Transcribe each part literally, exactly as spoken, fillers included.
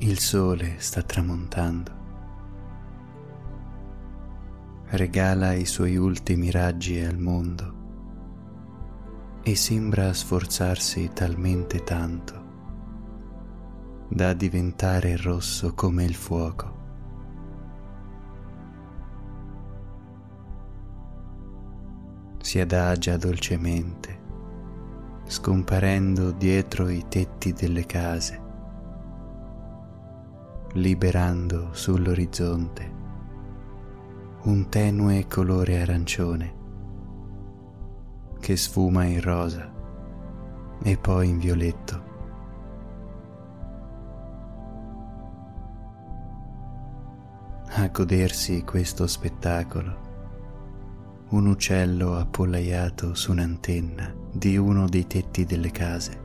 Il sole sta tramontando. Regala i suoi ultimi raggi al mondo e sembra sforzarsi talmente tanto da diventare rosso come il fuoco. Si adagia dolcemente, scomparendo dietro i tetti delle case, liberando sull'orizzonte un tenue colore arancione che sfuma in rosa e poi in violetto. A godersi questo spettacolo, un uccello appollaiato su un'antenna di uno dei tetti delle case.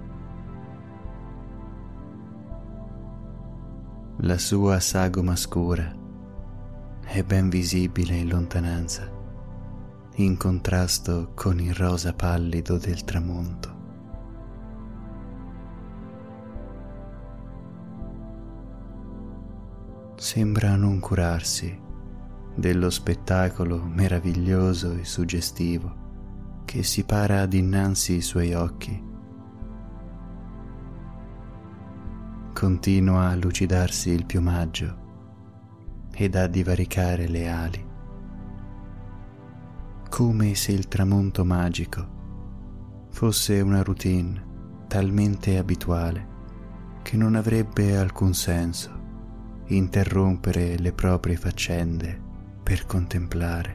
La sua sagoma scura è ben visibile in lontananza, in contrasto con il rosa pallido del tramonto. Sembra non curarsi dello spettacolo meraviglioso e suggestivo che si para dinanzi ai suoi occhi. Continua a lucidarsi il piumaggio ed a divaricare le ali, come se il tramonto magico fosse una routine talmente abituale che non avrebbe alcun senso interrompere le proprie faccende per contemplare.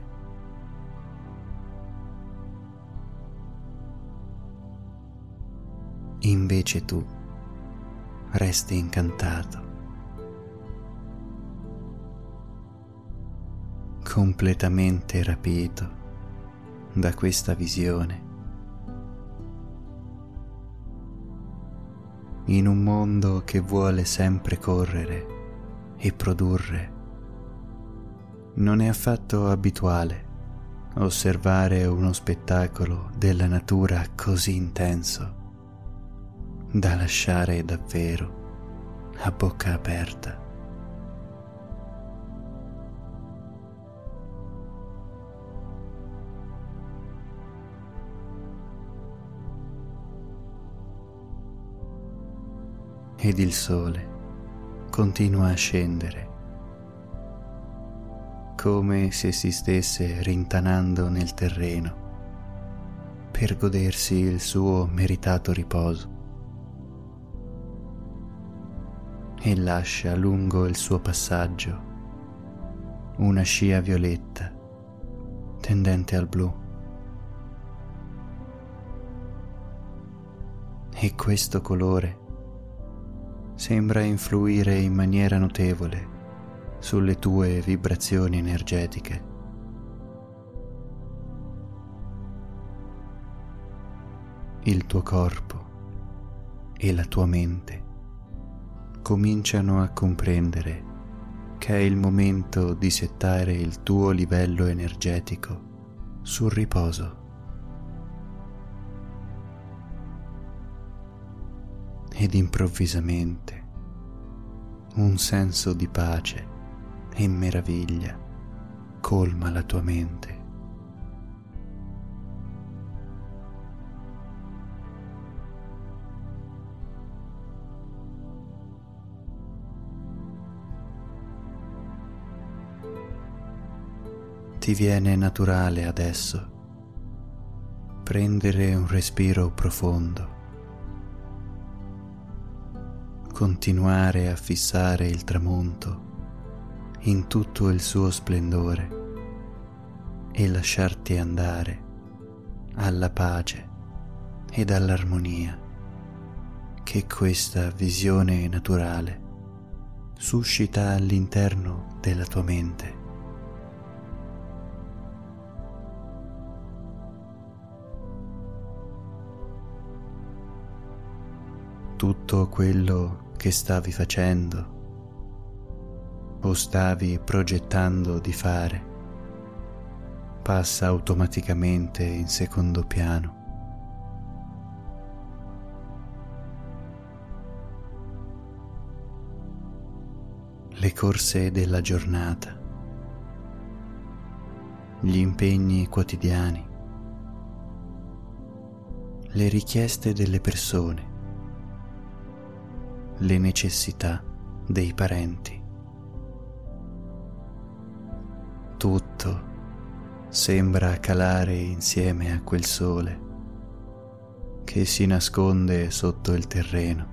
Invece tu resti incantato, completamente rapito da questa visione, in un mondo che vuole sempre correre e produrre. Non è affatto abituale osservare uno spettacolo della natura così intenso da lasciare davvero a bocca aperta. Ed il sole continua a scendere, come se si stesse rintanando nel terreno per godersi il suo meritato riposo, e lascia lungo il suo passaggio una scia violetta tendente al blu. E questo colore sembra influire in maniera notevole sulle tue vibrazioni energetiche. Il tuo corpo e la tua mente cominciano a comprendere che è il momento di settare il tuo livello energetico sul riposo. Ed improvvisamente un senso di pace e meraviglia colma la tua mente. Ti viene naturale adesso prendere un respiro profondo, continuare a fissare il tramonto in tutto il suo splendore e lasciarti andare alla pace ed all'armonia che questa visione naturale suscita all'interno della tua mente. Tutto quello che stavi facendo o stavi progettando di fare passa automaticamente in secondo piano. le corse della giornata, gli impegni quotidiani, le richieste delle persone, le necessità dei parenti. Tutto sembra calare insieme a quel sole che si nasconde sotto il terreno.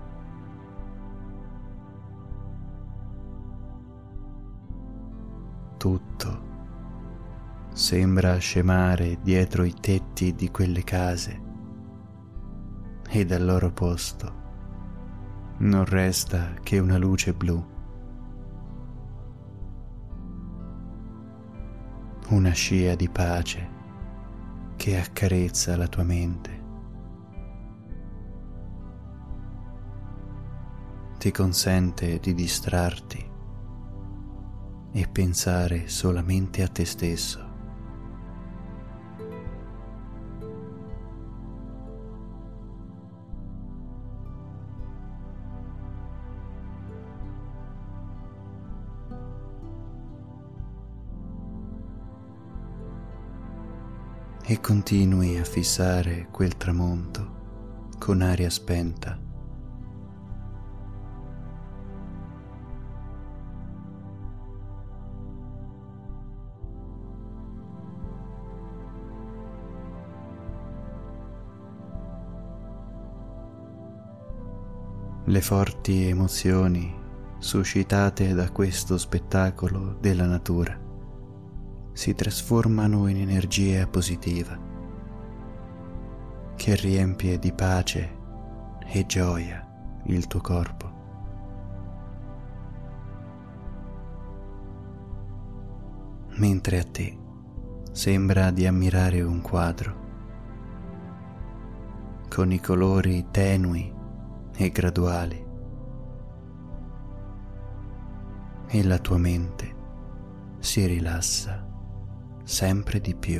Tutto sembra scemare dietro i tetti di quelle case e dal loro posto non resta che una luce blu, una scia di pace che accarezza la tua mente, ti consente di distrarti e pensare solamente a te stesso. E continui a fissare quel tramonto con aria spenta. Le forti emozioni suscitate da questo spettacolo della natura si trasformano in energia positiva che riempie di pace e gioia il tuo corpo. Mentre a te sembra di ammirare un quadro con i colori tenui e graduali e la tua mente si rilassa sempre di più.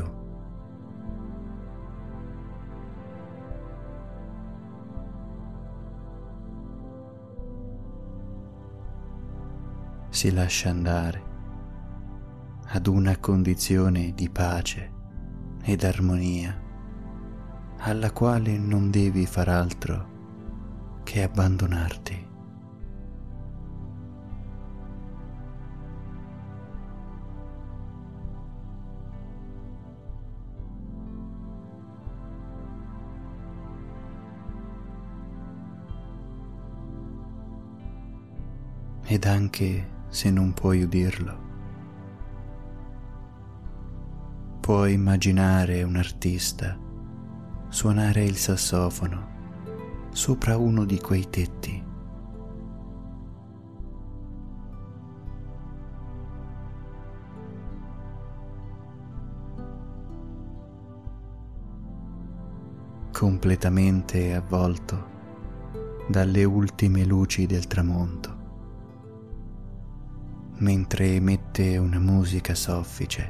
Si lascia andare ad una condizione di pace ed armonia alla quale non devi far altro che abbandonarti. Ed anche se non puoi udirlo, puoi immaginare un artista suonare il sassofono sopra uno di quei tetti. Completamente avvolto dalle ultime luci del tramonto, mentre emette una musica soffice,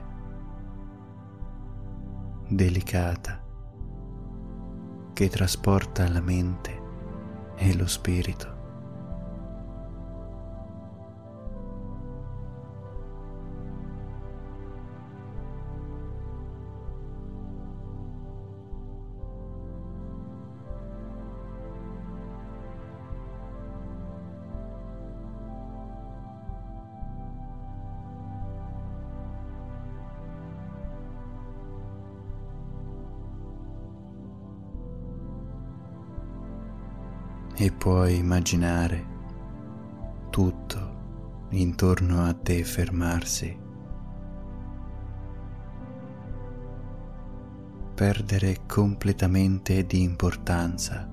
delicata, che trasporta la mente e lo spirito. E puoi immaginare tutto intorno a te fermarsi, perdere completamente di importanza.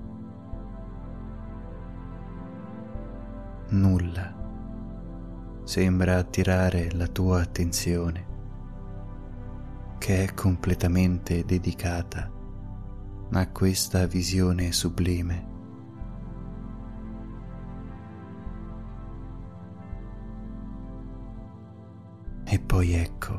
Nulla sembra attirare la tua attenzione, che è completamente dedicata a questa visione sublime. E poi ecco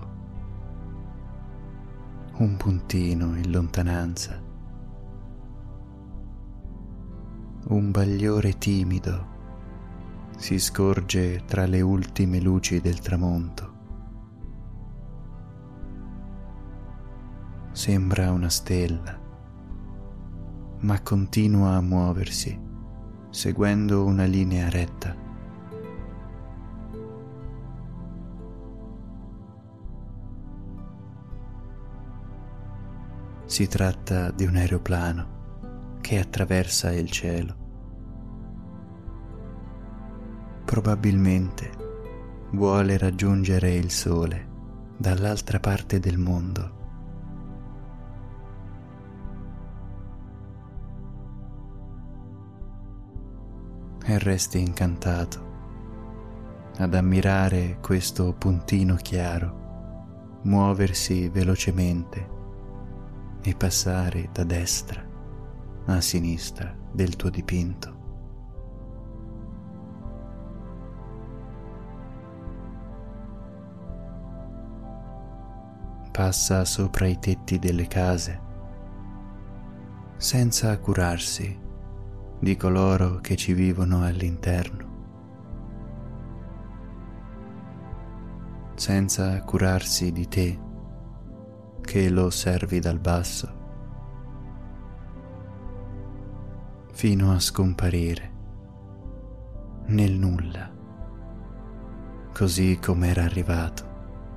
un puntino in lontananza, un bagliore timido si scorge tra le ultime luci del tramonto. Sembra una stella, ma continua a muoversi, seguendo una linea retta. Si tratta di un aeroplano che attraversa il cielo. Probabilmente vuole raggiungere il sole dall'altra parte del mondo. E resti incantato ad ammirare questo puntino chiaro muoversi velocemente e passare da destra a sinistra del tuo dipinto. Passa sopra i tetti delle case, senza curarsi di coloro che ci vivono all'interno, senza curarsi di te che lo osservi dal basso, fino a scomparire nel nulla, così come era arrivato.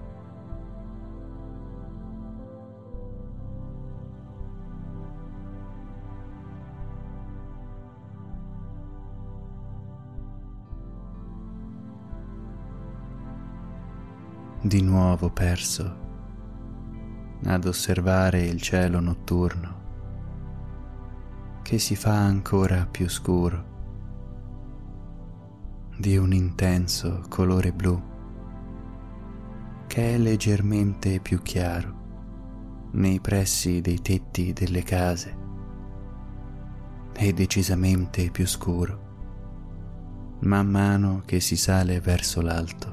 Di nuovo perso ad osservare il cielo notturno che si fa ancora più scuro, di un intenso colore blu che è leggermente più chiaro nei pressi dei tetti delle case e decisamente più scuro man mano che si sale verso l'alto.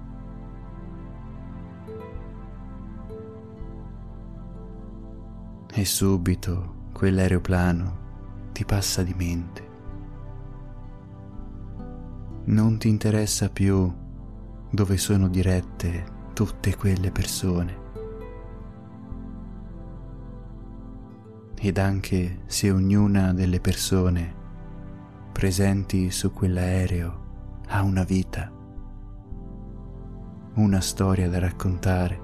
E subito quell'aeroplano ti passa di mente. Non ti interessa più dove sono dirette tutte quelle persone. Ed anche se ognuna delle persone presenti su quell'aereo ha una vita, una storia da raccontare,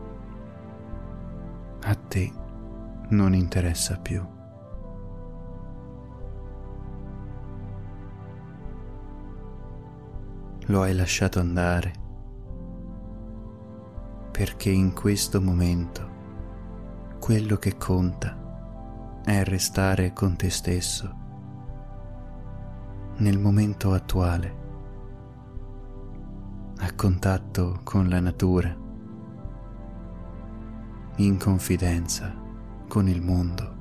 a te non interessa più. Lo hai lasciato andare perché in questo momento quello che conta è restare con te stesso nel momento attuale, a contatto con la natura, in confidenza con il mondo.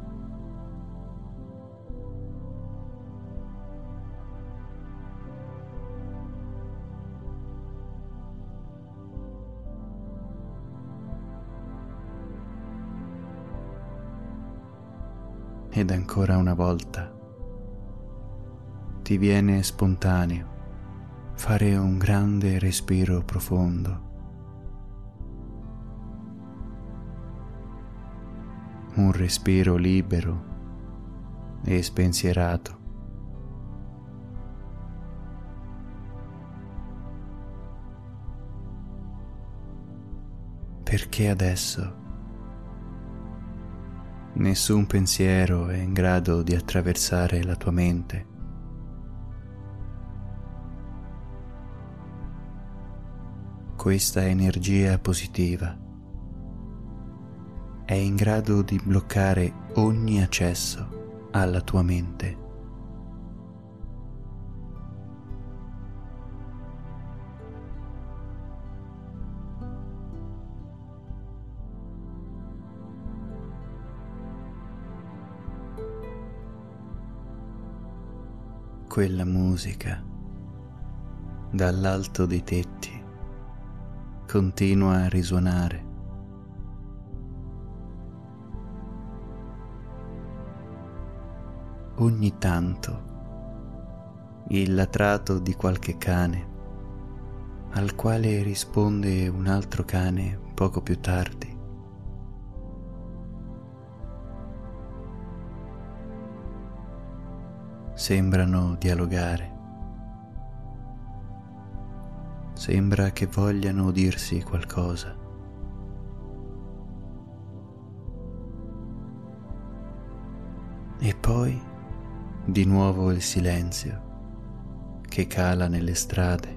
Ed ancora una volta ti viene spontaneo fare un grande respiro profondo, un respiro libero e spensierato. Perché adesso nessun pensiero è in grado di attraversare la tua mente. Questa energia positiva è in grado di bloccare ogni accesso alla tua mente. Quella musica dall'alto dei tetti continua a risuonare. Ogni tanto il latrato di qualche cane al quale risponde un altro cane poco più tardi. Sembrano dialogare. Sembra che vogliano dirsi qualcosa. E poi di nuovo il silenzio che cala nelle strade.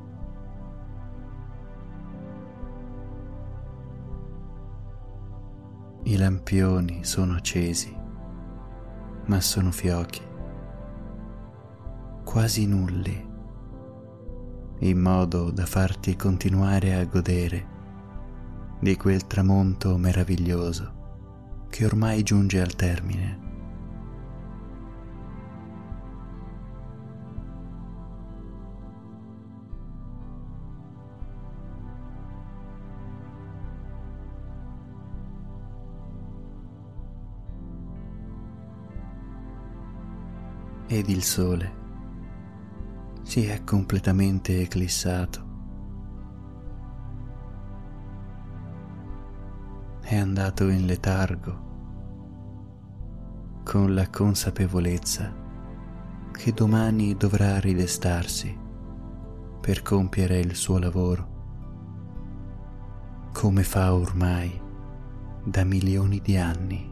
I lampioni sono accesi, ma sono fiochi, quasi nulli, in modo da farti continuare a godere di quel tramonto meraviglioso che ormai giunge al termine. Ed il sole si è completamente eclissato. È andato in letargo, con la consapevolezza che domani dovrà ridestarsi per compiere il suo lavoro, come fa ormai da milioni di anni.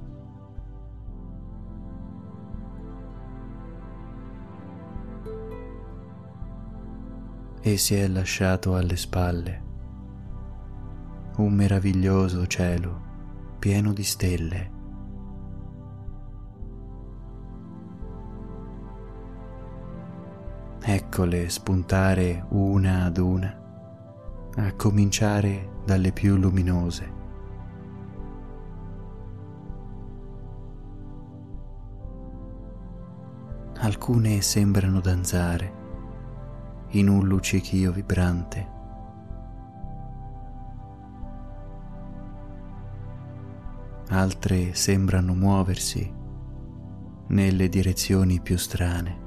E si è lasciato alle spalle un meraviglioso cielo pieno di stelle. Eccole spuntare una ad una, a cominciare dalle più luminose. Alcune sembrano danzare in un luccichio vibrante. Altre sembrano muoversi nelle direzioni più strane.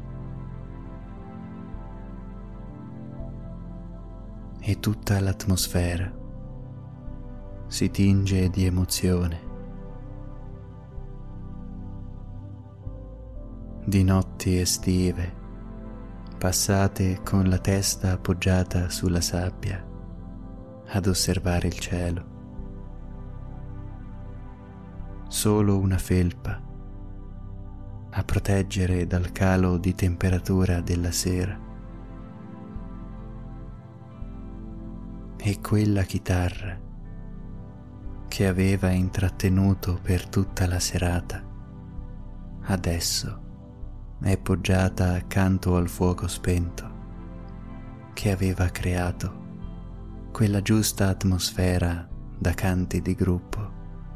E tutta l'atmosfera si tinge di emozione, di notti estive passate con la testa appoggiata sulla sabbia ad osservare il cielo. Solo una felpa a proteggere dal calo di temperatura della sera. E quella chitarra che aveva intrattenuto per tutta la serata, adesso è poggiata accanto al fuoco spento che aveva creato quella giusta atmosfera da canti di gruppo.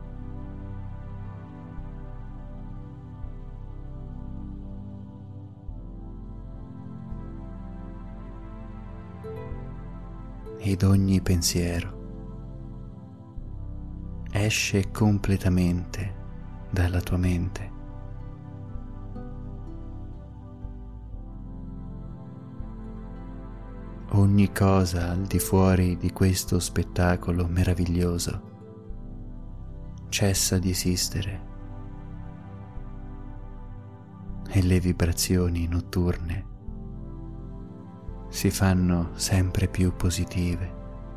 Ed ogni pensiero esce completamente dalla tua mente. Ogni cosa al di fuori di questo spettacolo meraviglioso cessa di esistere e le vibrazioni notturne si fanno sempre più positive.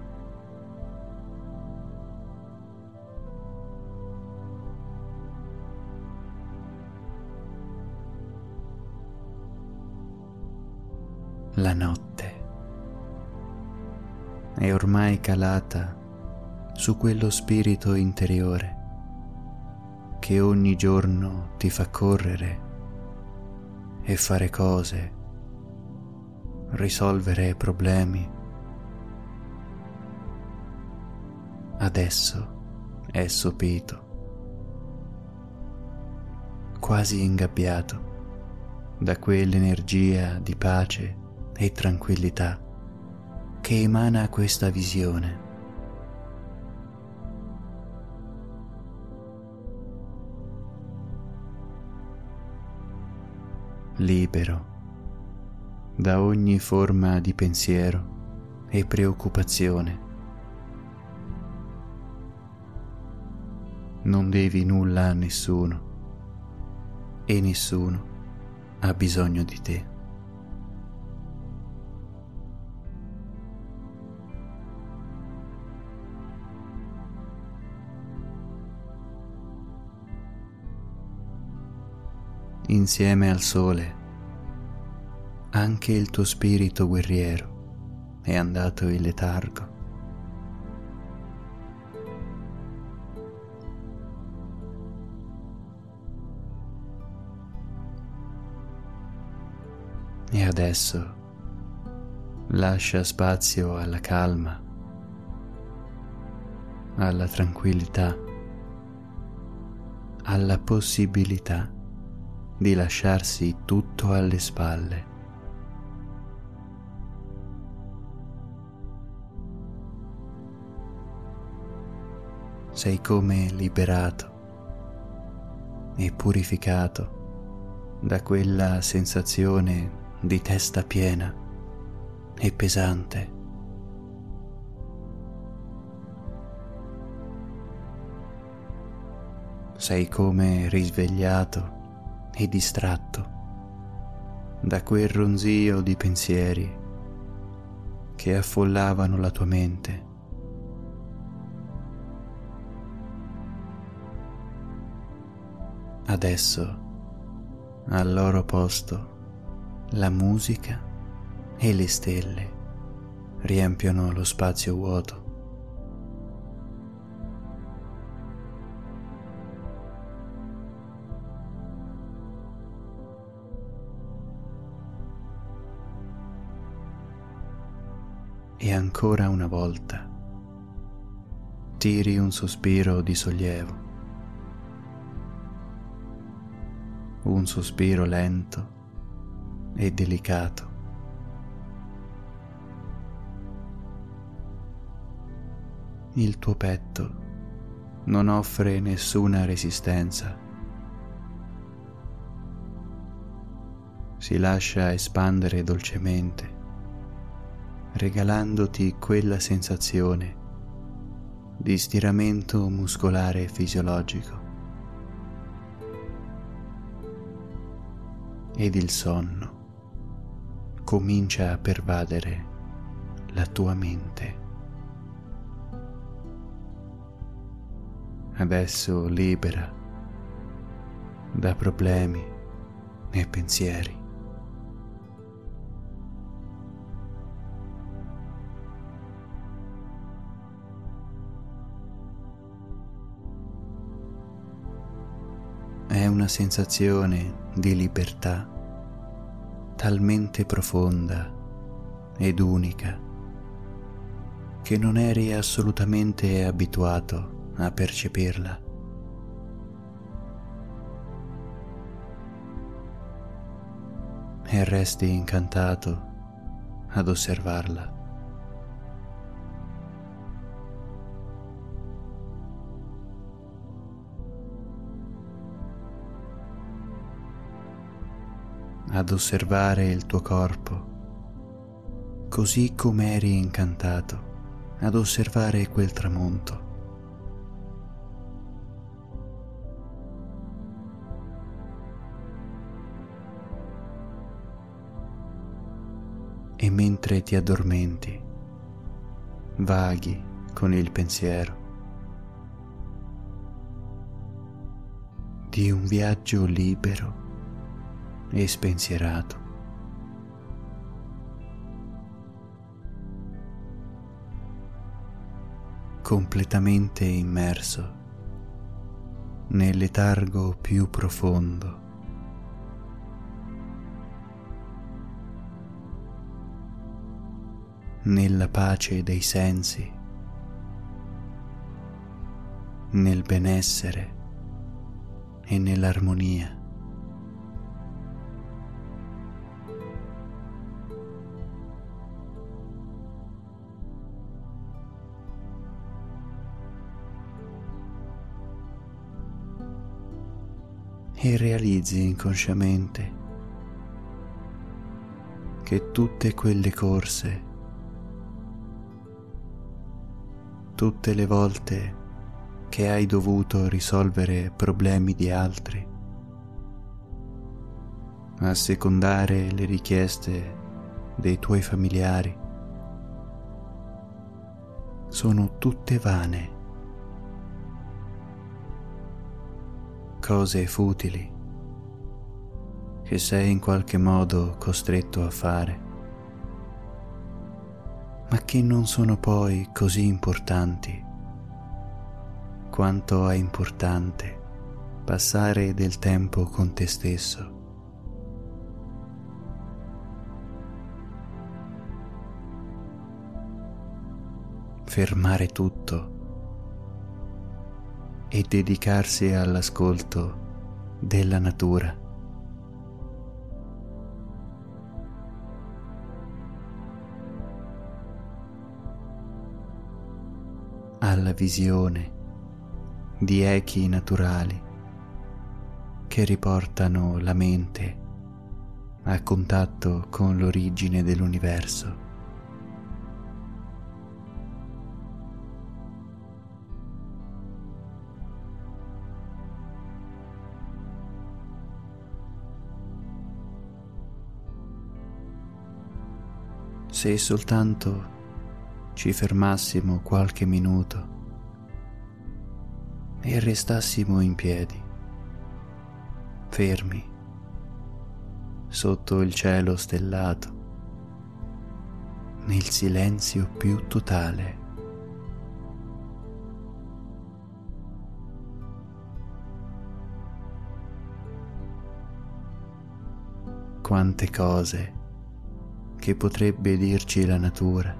La notte è ormai calata su quello spirito interiore che ogni giorno ti fa correre e fare cose, risolvere problemi. Adesso è sopito, quasi ingabbiato da quell'energia di pace e tranquillità che emana questa visione. Libero da ogni forma di pensiero e preoccupazione. Non devi nulla a nessuno e nessuno ha bisogno di te. Insieme al sole, anche il tuo spirito guerriero è andato in letargo. E adesso lascia spazio alla calma, alla tranquillità, alla possibilità di lasciarsi tutto alle spalle. Sei come liberato e purificato da quella sensazione di testa piena e pesante. Sei come risvegliato e distratto da quel ronzio di pensieri che affollavano la tua mente. Adesso, al loro posto, la musica e le stelle riempiono lo spazio vuoto. E ancora una volta tiri un sospiro di sollievo, un sospiro lento e delicato. Il tuo petto non offre nessuna resistenza. Si lascia espandere dolcemente, regalandoti quella sensazione di stiramento muscolare fisiologico. Ed il sonno comincia a pervadere la tua mente. Adesso libera da problemi e pensieri. È una sensazione di libertà talmente profonda ed unica che non eri assolutamente abituato a percepirla. E resti incantato ad osservarla. Ad osservare il tuo corpo, così come eri incantato ad osservare quel tramonto. E mentre ti addormenti, vaghi con il pensiero di un viaggio libero e spensierato. Completamente immerso nel letargo più profondo. Nella pace dei sensi, nel benessere e nell'armonia. E realizzi inconsciamente che tutte quelle corse tutte le volte che hai dovuto risolvere problemi di altri, assecondare le richieste dei tuoi familiari, sono tutte vane, cose futili che sei in qualche modo costretto a fare, ma che non sono poi così importanti quanto è importante passare del tempo con te stesso. Fermare tutto e dedicarsi all'ascolto della natura. Alla visione di echi naturali che riportano la mente a contatto con l'origine dell'universo. Se soltanto ci fermassimo qualche minuto e restassimo in piedi, fermi, sotto il cielo stellato, nel silenzio più totale. Quante cose che potrebbe dirci la natura,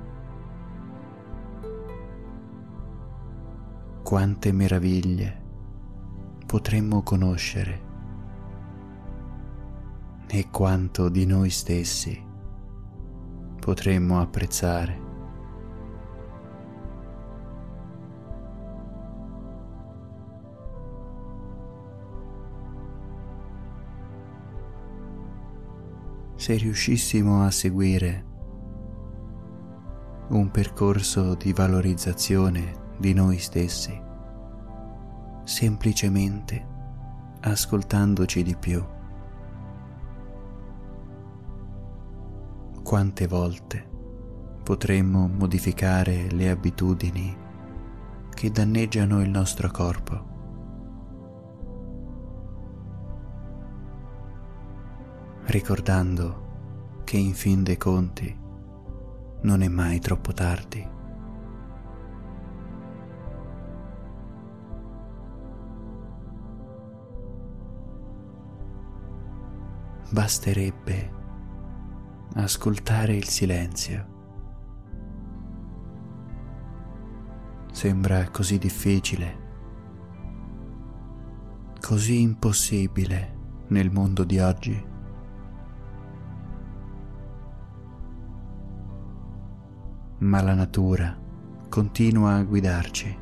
quante meraviglie potremmo conoscere e quanto di noi stessi potremmo apprezzare. Se riuscissimo a seguire un percorso di valorizzazione di noi stessi, semplicemente ascoltandoci di più, quante volte potremmo modificare le abitudini che danneggiano il nostro corpo. Ricordando che in fin dei conti non è mai troppo tardi. Basterebbe ascoltare il silenzio. Sembra così difficile, così impossibile nel mondo di oggi. Ma la natura continua a guidarci,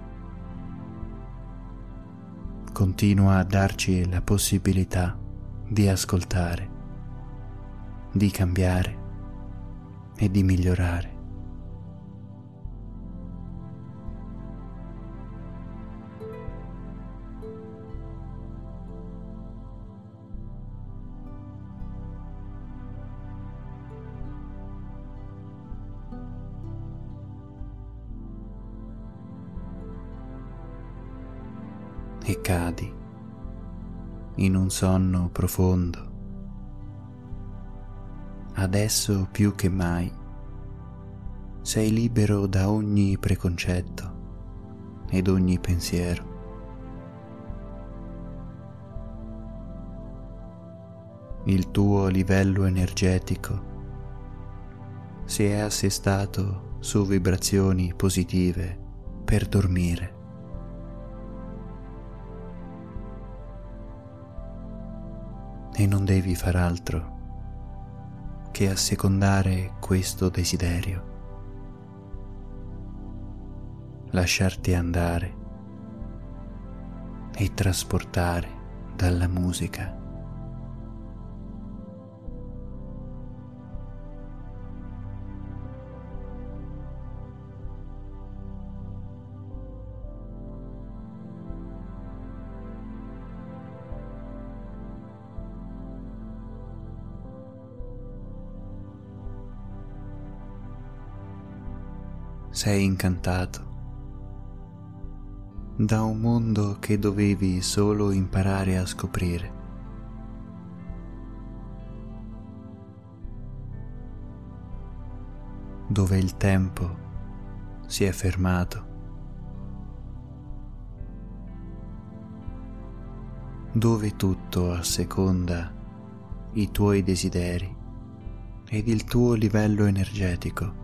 continua a darci la possibilità di ascoltare, di cambiare e di migliorare. E cadi in un sonno profondo. Adesso più che mai sei libero da ogni preconcetto ed ogni pensiero. Il tuo livello energetico si è assestato su vibrazioni positive per dormire. E non devi far altro che assecondare questo desiderio, lasciarti andare e trasportare dalla musica. sei incantato da un mondo che dovevi solo imparare a scoprire. Dove il tempo si è fermato, dove tutto asseconda i tuoi desideri ed il tuo livello energetico.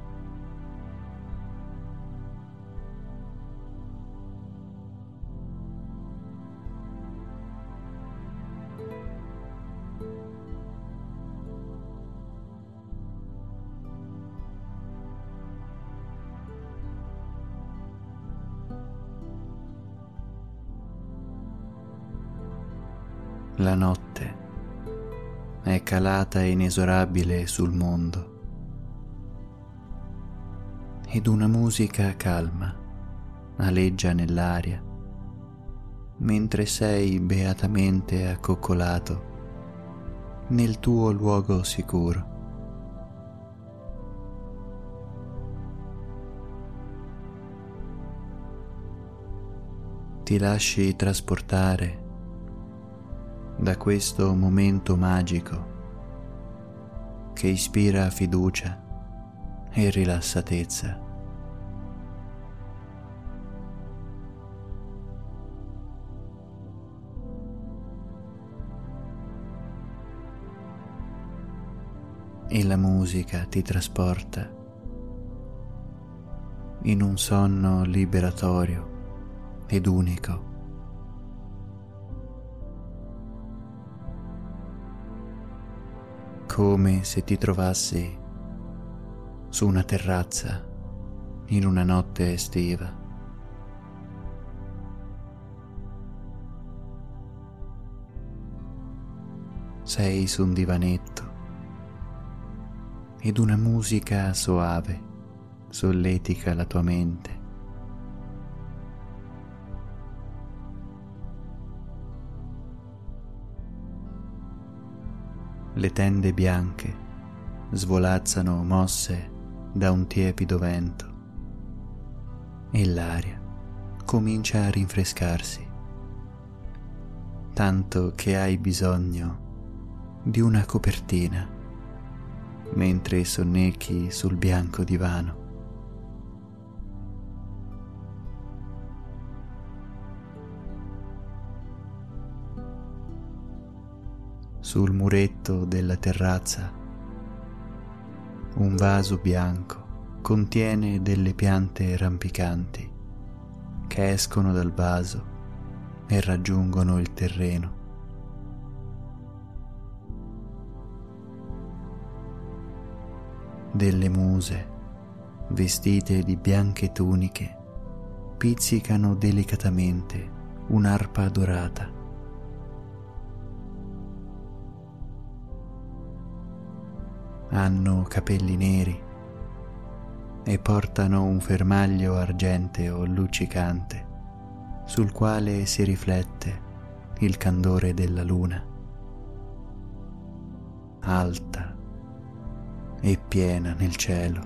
La notte è calata inesorabile sul mondo ed una musica calma aleggia nell'aria mentre sei beatamente accoccolato nel tuo luogo sicuro. Ti lasci trasportare da questo momento magico che ispira fiducia e rilassatezza. E la musica ti trasporta in un sonno liberatorio ed unico. Come se ti trovassi su una terrazza in una notte estiva. Sei su un divanetto ed una musica soave solletica la tua mente. Le tende bianche svolazzano mosse da un tiepido vento e l'aria comincia a rinfrescarsi, tanto che hai bisogno di una copertina mentre sonnecchi sul bianco divano. Sul muretto della terrazza un vaso bianco contiene delle piante rampicanti che escono dal vaso e raggiungono il terreno. Delle muse vestite di bianche tuniche pizzicano delicatamente un'arpa dorata. Hanno capelli neri e portano un fermaglio argenteo luccicante sul quale si riflette il candore della luna, alta e piena nel cielo.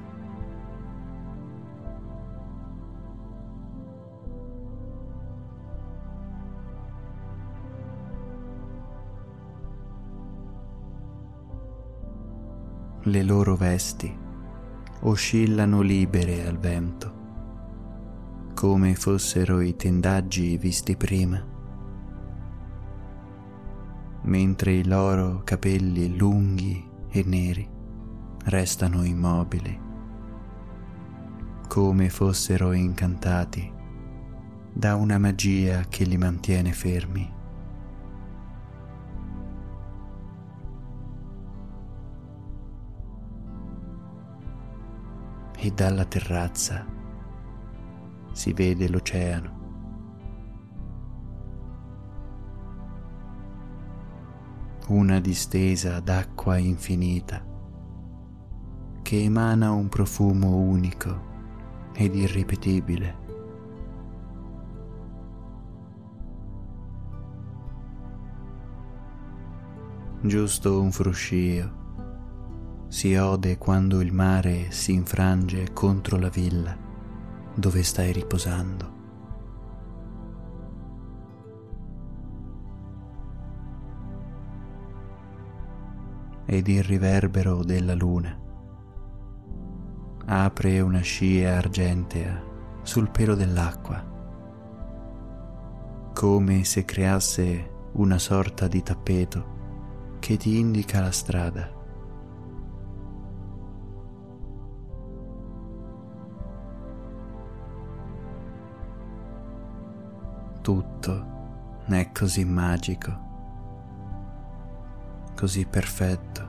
Le loro vesti oscillano libere al vento, come fossero i tendaggi visti prima, mentre i loro capelli lunghi e neri restano immobili, come fossero incantati da una magia che li mantiene fermi. E dalla terrazza si vede l'oceano. Una distesa d'acqua infinita che emana un profumo unico ed irripetibile. Giusto un fruscio si ode quando il mare si infrange contro la villa dove stai riposando. Ed il riverbero della luna apre una scia argentea sul pelo dell'acqua, come se creasse una sorta di tappeto che ti indica la strada. Tutto è così magico, così perfetto.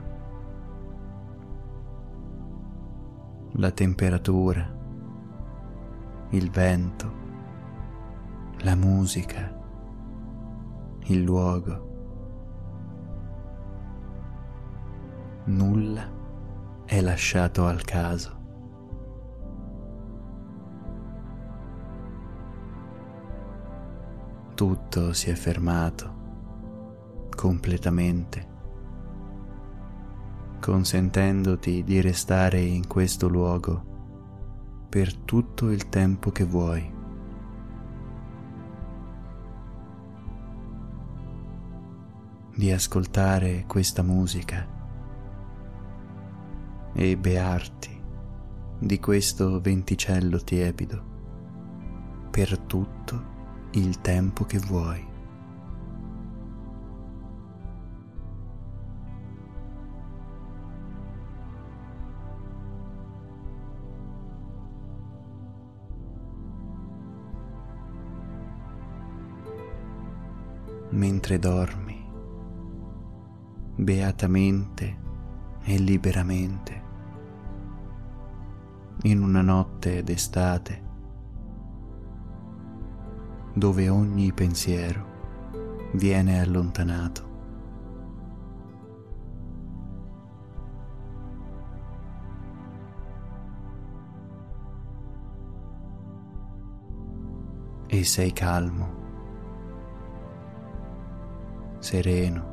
La temperatura, il vento, la musica, il luogo. Nulla è lasciato al caso. Tutto si è fermato completamente, consentendoti di restare in questo luogo per tutto il tempo che vuoi. Di ascoltare questa musica e bearti di questo venticello tiepido per tutto il tempo che vuoi. Mentre dormi, beatamente e liberamente, in una notte d'estate, dove ogni pensiero viene allontanato. E sei calmo, sereno,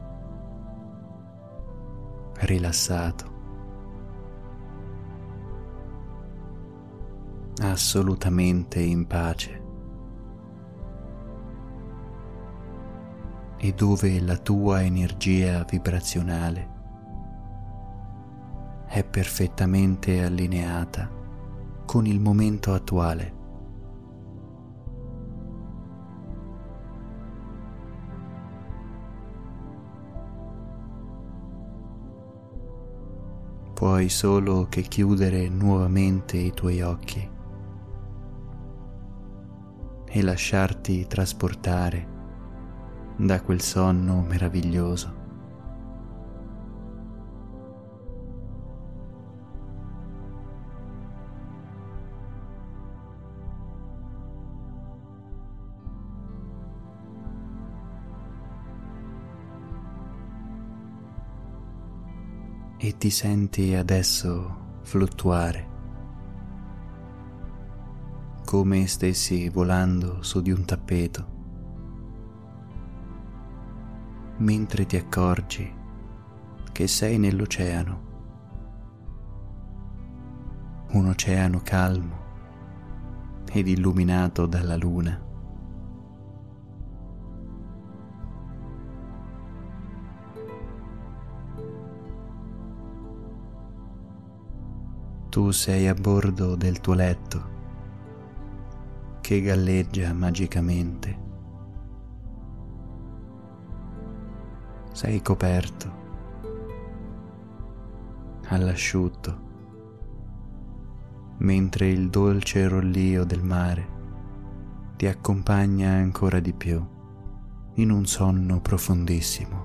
rilassato, assolutamente in pace, e dove la tua energia vibrazionale è perfettamente allineata con il momento attuale. Puoi solo che chiudere nuovamente i tuoi occhi e lasciarti trasportare da quel sonno meraviglioso. E ti senti adesso fluttuare, come stessi volando su di un tappeto, mentre ti accorgi che sei nell'oceano, un oceano calmo ed illuminato dalla luna. Tu sei a bordo del tuo letto che galleggia magicamente. Sei coperto all'asciutto, mentre il dolce rollio del mare ti accompagna ancora di più in un sonno profondissimo.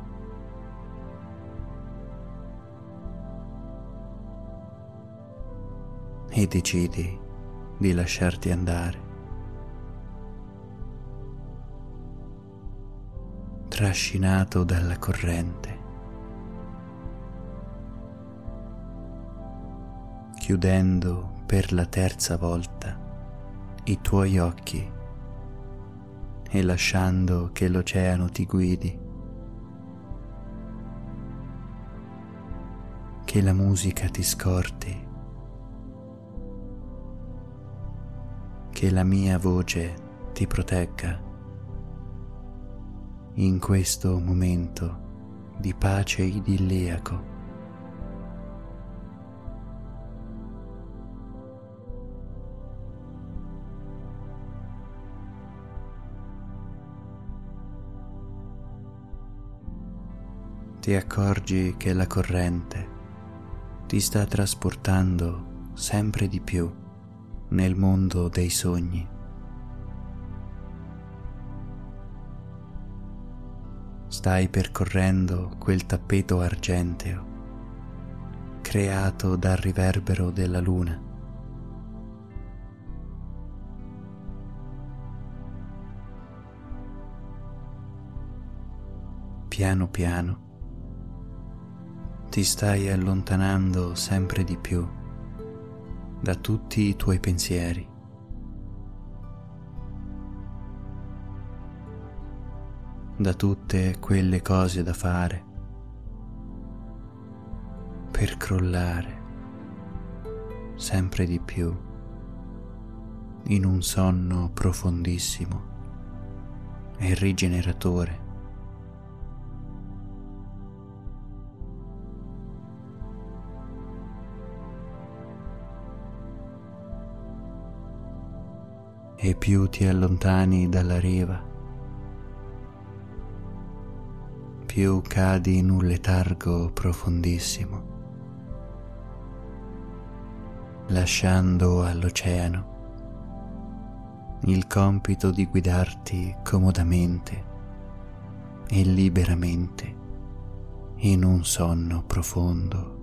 E decidi di lasciarti andare, trascinato dalla corrente, chiudendo per la terza volta i tuoi occhi e lasciando che l'oceano ti guidi, che la musica ti scorti che la mia voce ti protegga in questo momento di pace idilliaco. Ti accorgi che la corrente ti sta trasportando sempre di più nel mondo dei sogni. Stai percorrendo quel tappeto argenteo creato dal riverbero della luna. Piano piano ti stai allontanando sempre di più da tutti i tuoi pensieri. Da tutte quelle cose da fare per crollare sempre di più in un sonno profondissimo e rigeneratore. E più ti allontani dalla riva, più cadi in un letargo profondissimo, lasciando all'oceano il compito di guidarti comodamente e liberamente in un sonno profondo